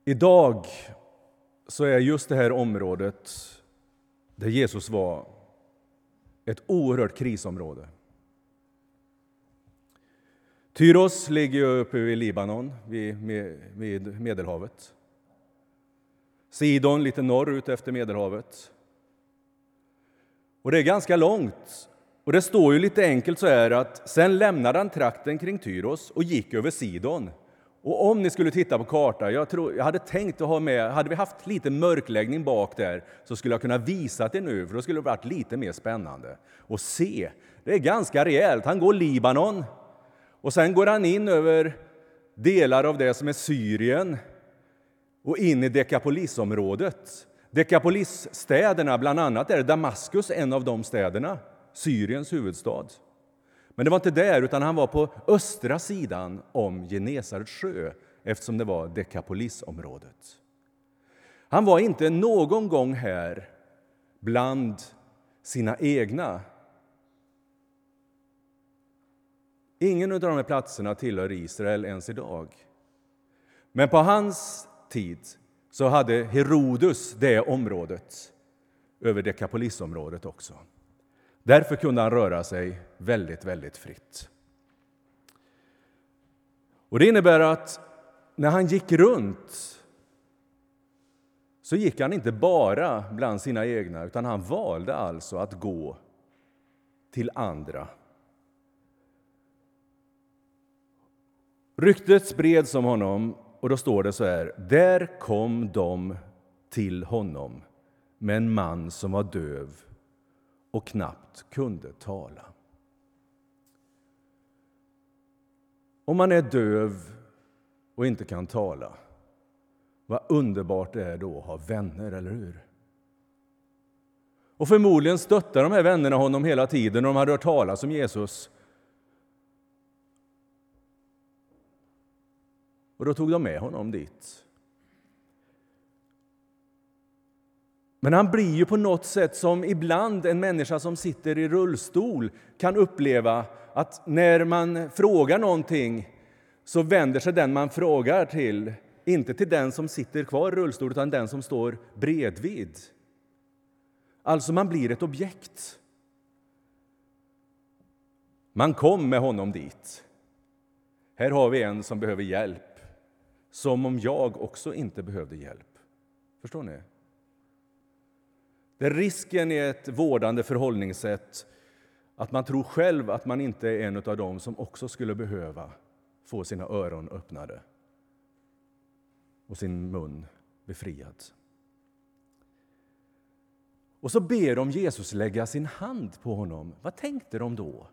Idag så är just det här området där Jesus var ett oerhört krisområde. Tyros ligger ju uppe vid Libanon, vid Medelhavet. Sidon lite norrut efter Medelhavet. Och det är ganska långt. Och det står ju lite enkelt så här att sen lämnade han trakten kring Tyros och gick över Sidon. Och om ni skulle titta på kartan, jag hade tänkt att ha med, hade vi haft lite mörkläggning bak där så skulle jag kunna visa det nu, för då skulle det varit lite mer spännande. Och se, det är ganska rejält. Han går Libanon och sen går han in över delar av det som är Syrien och in i Dekapolisområdet. Dekapolisstäderna, bland annat är Damaskus en av de städerna, Syriens huvudstad. Men det var inte där, utan han var på östra sidan om Genesarets sjö, eftersom det var Dekapolisområdet. Han var inte någon gång här bland sina egna. Ingen av de här platserna tillhör Israel ens idag. Men på hans tid så hade Herodes det området över Dekapolisområdet också. Därför kunde han röra sig väldigt, väldigt fritt. Och det innebär att när han gick runt så gick han inte bara bland sina egna, utan han valde alltså att gå till andra. Ryktet spreds om honom och då står det så här: där kom de till honom med en man som var döv och knappt kunde tala. Om man är döv och inte kan tala, vad underbart det är då att ha vänner, eller hur? Och förmodligen stöttar de här vännerna honom hela tiden när de hade hört talas om Jesus. Och då tog de med honom dit. Men han blir ju på något sätt som ibland en människa som sitter i rullstol kan uppleva, att när man frågar någonting så vänder sig den man frågar till, inte till den som sitter kvar i rullstol, utan den som står bredvid. Alltså man blir ett objekt. Man kom med honom dit. Här har vi en som behöver hjälp, som om jag också inte behövde hjälp. Förstår ni? Det är risken i ett vårdande förhållningssätt att man tror själv att man inte är en av dem som också skulle behöva få sina öron öppnade och sin mun befriad. Och så ber de Jesus lägga sin hand på honom. Vad tänkte de då?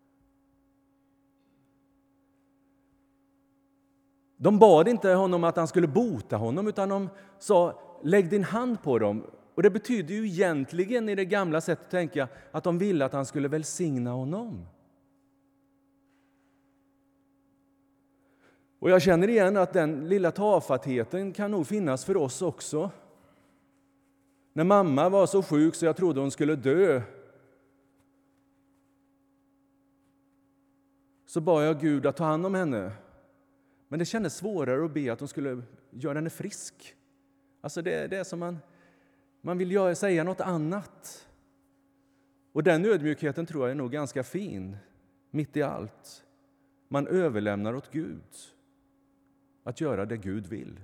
De bad inte honom att han skulle bota honom, utan de sa: lägg din hand på dem. Och det betyder ju egentligen i det gamla sättet att tänka att de ville att han skulle välsigna honom. Och jag känner igen att den lilla tafattheten kan nog finnas för oss också. När mamma var så sjuk så jag trodde hon skulle dö, så bad jag Gud att ta hand om henne. Men det kändes svårare att be att hon skulle göra henne frisk. Alltså det är som man vill säga något annat. Och den ödmjukheten tror jag är nog ganska fin, mitt i allt. Man överlämnar åt Gud att göra det Gud vill.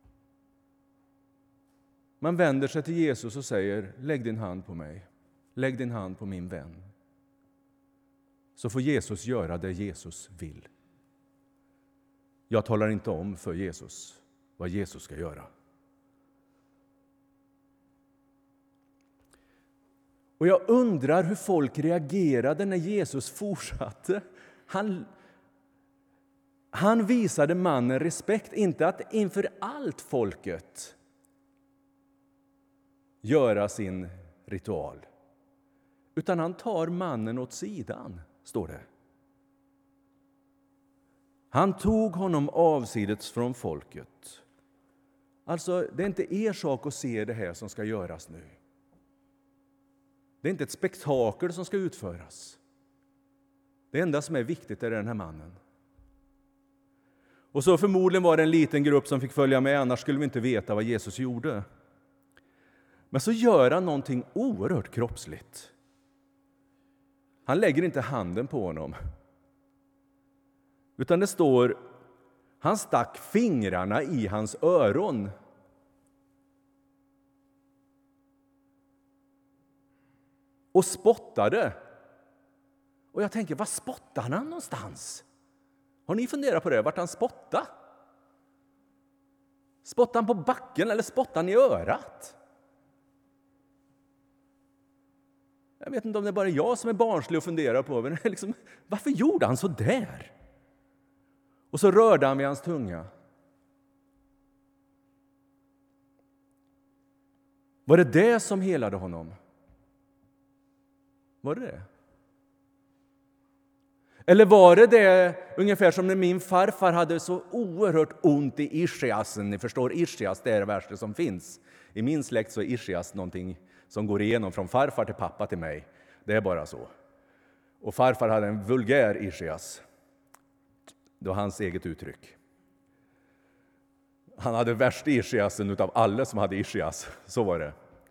Man vänder sig till Jesus och säger: lägg din hand på mig. Lägg din hand på min vän. Så får Jesus göra det Jesus vill. Jag talar inte om för Jesus vad Jesus ska göra. Och jag undrar hur folk reagerade när Jesus fortsatte. Han visade mannen respekt, inte att inför allt folket göra sin ritual, utan han tar mannen åt sidan, står det. Han tog honom avsides från folket. Alltså, det är inte er sak att se det här som ska göras nu. Det är inte ett spektakel som ska utföras. Det enda som är viktigt är den här mannen. Och så förmodligen var det en liten grupp som fick följa med, annars skulle vi inte veta vad Jesus gjorde. Men så gör han någonting oerhört kroppsligt. Han lägger inte handen på honom. Utan det står, han stack fingrarna i hans öron. Och spottade. Och jag tänker, vad spottar han någonstans? Har ni funderat på det? Vart han spottade? Spottade han på backen eller spottade han i örat? Jag vet inte om det är bara jag som är barnslig och funderar på men liksom, varför gjorde han så där? Och så rörde han vid hans tunga. Var det det som helade honom? Var det? Eller var det ungefär som när min farfar hade så oerhört ont i ischiasen? Ni förstår, ischias, det är det värsta som finns. I min släkt så är ischias någonting som går igenom från farfar till pappa till mig. Det är bara så. Och farfar hade en vulgär ischias. Det var hans eget uttryck. Han hade värst ischiasen utav alla som hade ischias. Så var det.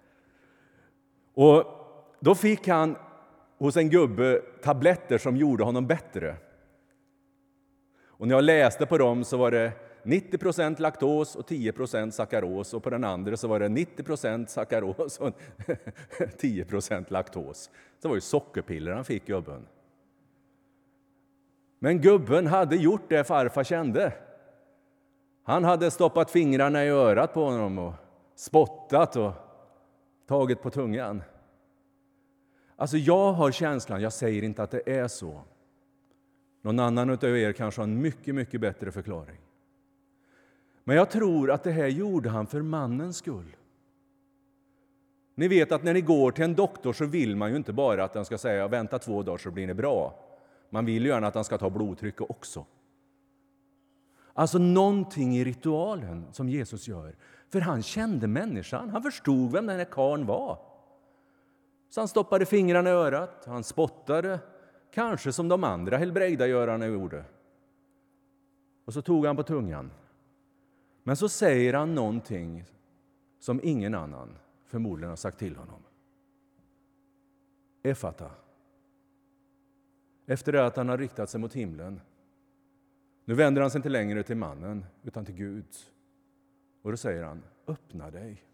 Och då fick han hos en gubbe tabletter som gjorde honom bättre. Och när jag läste på dem så var det 90% laktos och 10% sackaros. Och på den andra så var det 90% sackaros och 10% laktos. Det var ju sockerpiller han fick, gubben. Men gubben hade gjort det farfar kände. Han hade stoppat fingrarna i örat på honom och spottat och tagit på tungan. Alltså jag har känslan, jag säger inte att det är så. Någon annan av er kanske har en mycket, mycket bättre förklaring. Men jag tror att det här gjorde han för mannens skull. Ni vet att när ni går till en doktor så vill man ju inte bara att den ska säga vänta 2 dagar så blir det bra. Man vill ju gärna att han ska ta blodtrycket också. Alltså någonting i ritualen som Jesus gör. För han kände människan, han förstod vem den här karln var. Så han stoppade fingrarna i örat, han spottade, kanske som de andra helbrägdagörarna gjorde. Och så tog han på tungan. Men så säger han någonting som ingen annan förmodligen har sagt till honom. Efata. Efter det att han har riktat sig mot himlen. Nu vänder han sig inte längre till mannen utan till Gud. Och då säger han, öppna dig.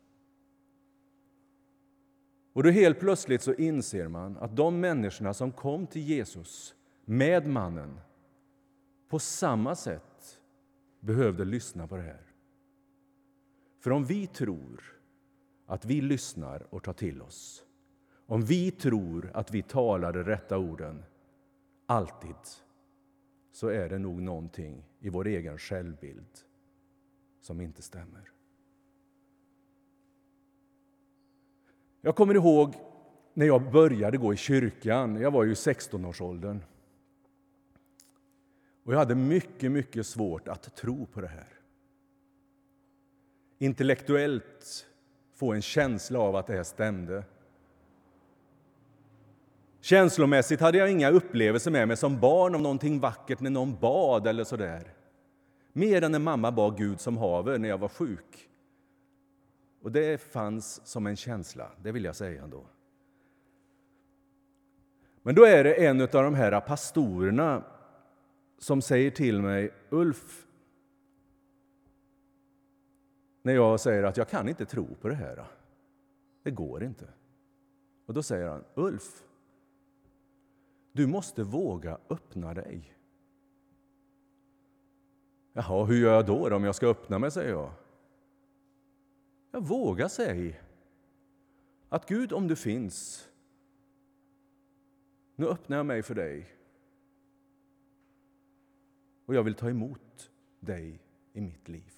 Och då helt plötsligt så inser man att de människorna som kom till Jesus med mannen på samma sätt behövde lyssna på det här. För om vi tror att vi lyssnar och tar till oss, om vi tror att vi talar de rätta orden alltid, så är det nog någonting i vår egen självbild som inte stämmer. Jag kommer ihåg när jag började gå i kyrkan. Jag var ju 16-årsåldern. Och jag hade mycket, mycket svårt att tro på det här. Intellektuellt få en känsla av att det här stämde. Känslomässigt hade jag inga upplevelser med mig som barn om någonting vackert när någon bad eller sådär. Mer än när mamma bad Gud som haver när jag var sjuk. Och det fanns som en känsla, det vill jag säga ändå. Men då är det en av de här pastorerna som säger till mig, Ulf, när jag säger att jag kan inte tro på det här. Det går inte. Och då säger han, Ulf, du måste våga öppna dig. Jaha, hur gör jag då om jag ska öppna mig, säger jag. Jag vågar säga att Gud, om du finns, nu öppnar jag mig för dig. Och jag vill ta emot dig i mitt liv.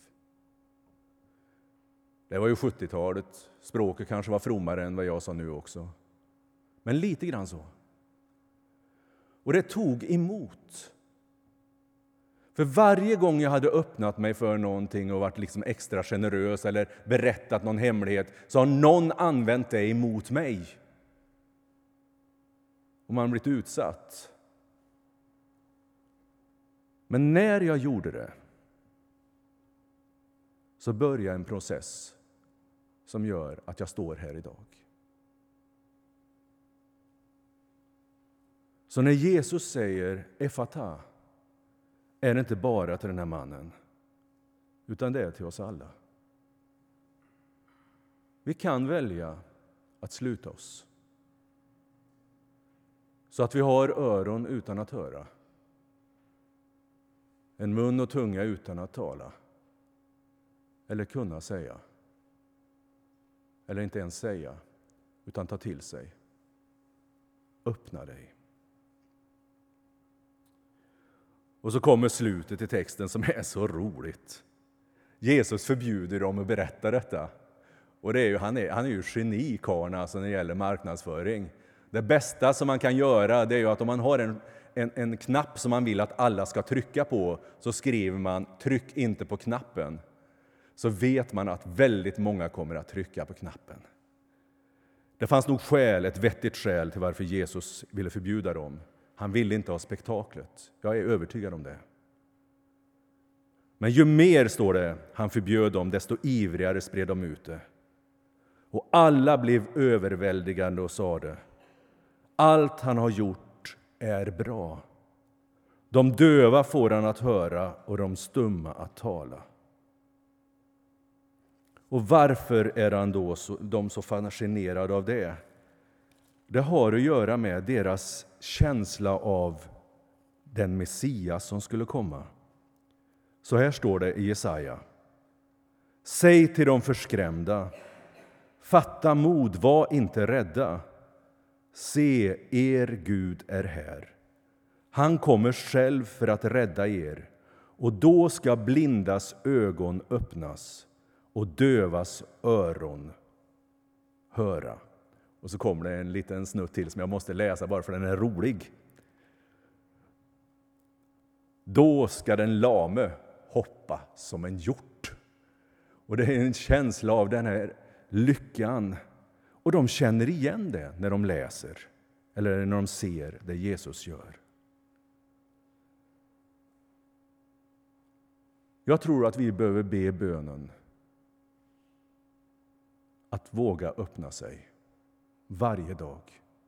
Det var ju 70-talet. Språket kanske var frommare än vad jag sa nu också. Men lite grann så. Och det tog emot. För varje gång jag hade öppnat mig för någonting och varit liksom extra generös eller berättat någon hemlighet, så har någon använt det emot mig. Och man har blivit utsatt. Men när jag gjorde det, så börjar en process som gör att jag står här idag. Så när Jesus säger Efata är det inte bara till den här mannen, utan det är till oss alla. Vi kan välja att sluta oss, så att vi har öron utan att höra, en mun och tunga utan att tala, eller kunna säga, eller inte ens säga, utan ta till sig. Öppna dig. Och så kommer slutet i texten som är så roligt. Jesus förbjuder dem att berätta detta. Och det är ju, han är ju geni, karln, alltså, när det gäller marknadsföring. Det bästa som man kan göra, det är ju att om man har en knapp som man vill att alla ska trycka på, så skriver man tryck inte på knappen. Så vet man att väldigt många kommer att trycka på knappen. Det fanns nog ett vettigt skäl till varför Jesus ville förbjuda dem. Han ville inte ha spektaklet. Jag är övertygad om det. Men ju mer, står det, han förbjöd dem, desto ivrigare spred de ut det. Och alla blev överväldigande och sade: allt han har gjort är bra. De döva får han att höra och de stumma att tala. Och varför är han då de så fascinerade av det? Det har att göra med deras känsla av den Messias som skulle komma. Så här står det i Jesaja: säg till de förskrämda, fatta mod, var inte rädda. Se, er Gud är här. Han kommer själv för att rädda er, och då ska blindas ögon öppnas och dövas öron höra. Och så kommer det en liten snutt till som jag måste läsa bara för den är rolig. Då ska den lame hoppa som en hjort. Och det är en känsla av den här lyckan. Och de känner igen det när de läser eller när de ser det Jesus gör. Jag tror att vi behöver be bönen att våga öppna sig varje dag.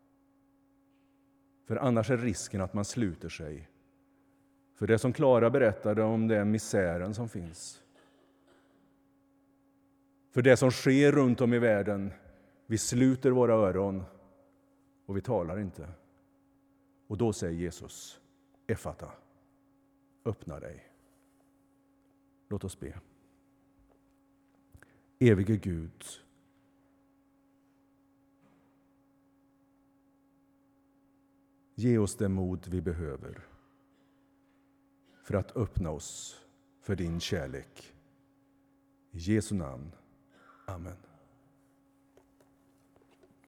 För annars är risken att man sluter sig. För det som Klara berättade om, den misären som finns. För det som sker runt om i världen. Vi sluter våra öron och vi talar inte. Och då säger Jesus, Efata, öppna dig. Låt oss be. Evige Gud, ge oss det mod vi behöver för att öppna oss för din kärlek. I Jesu namn. Amen.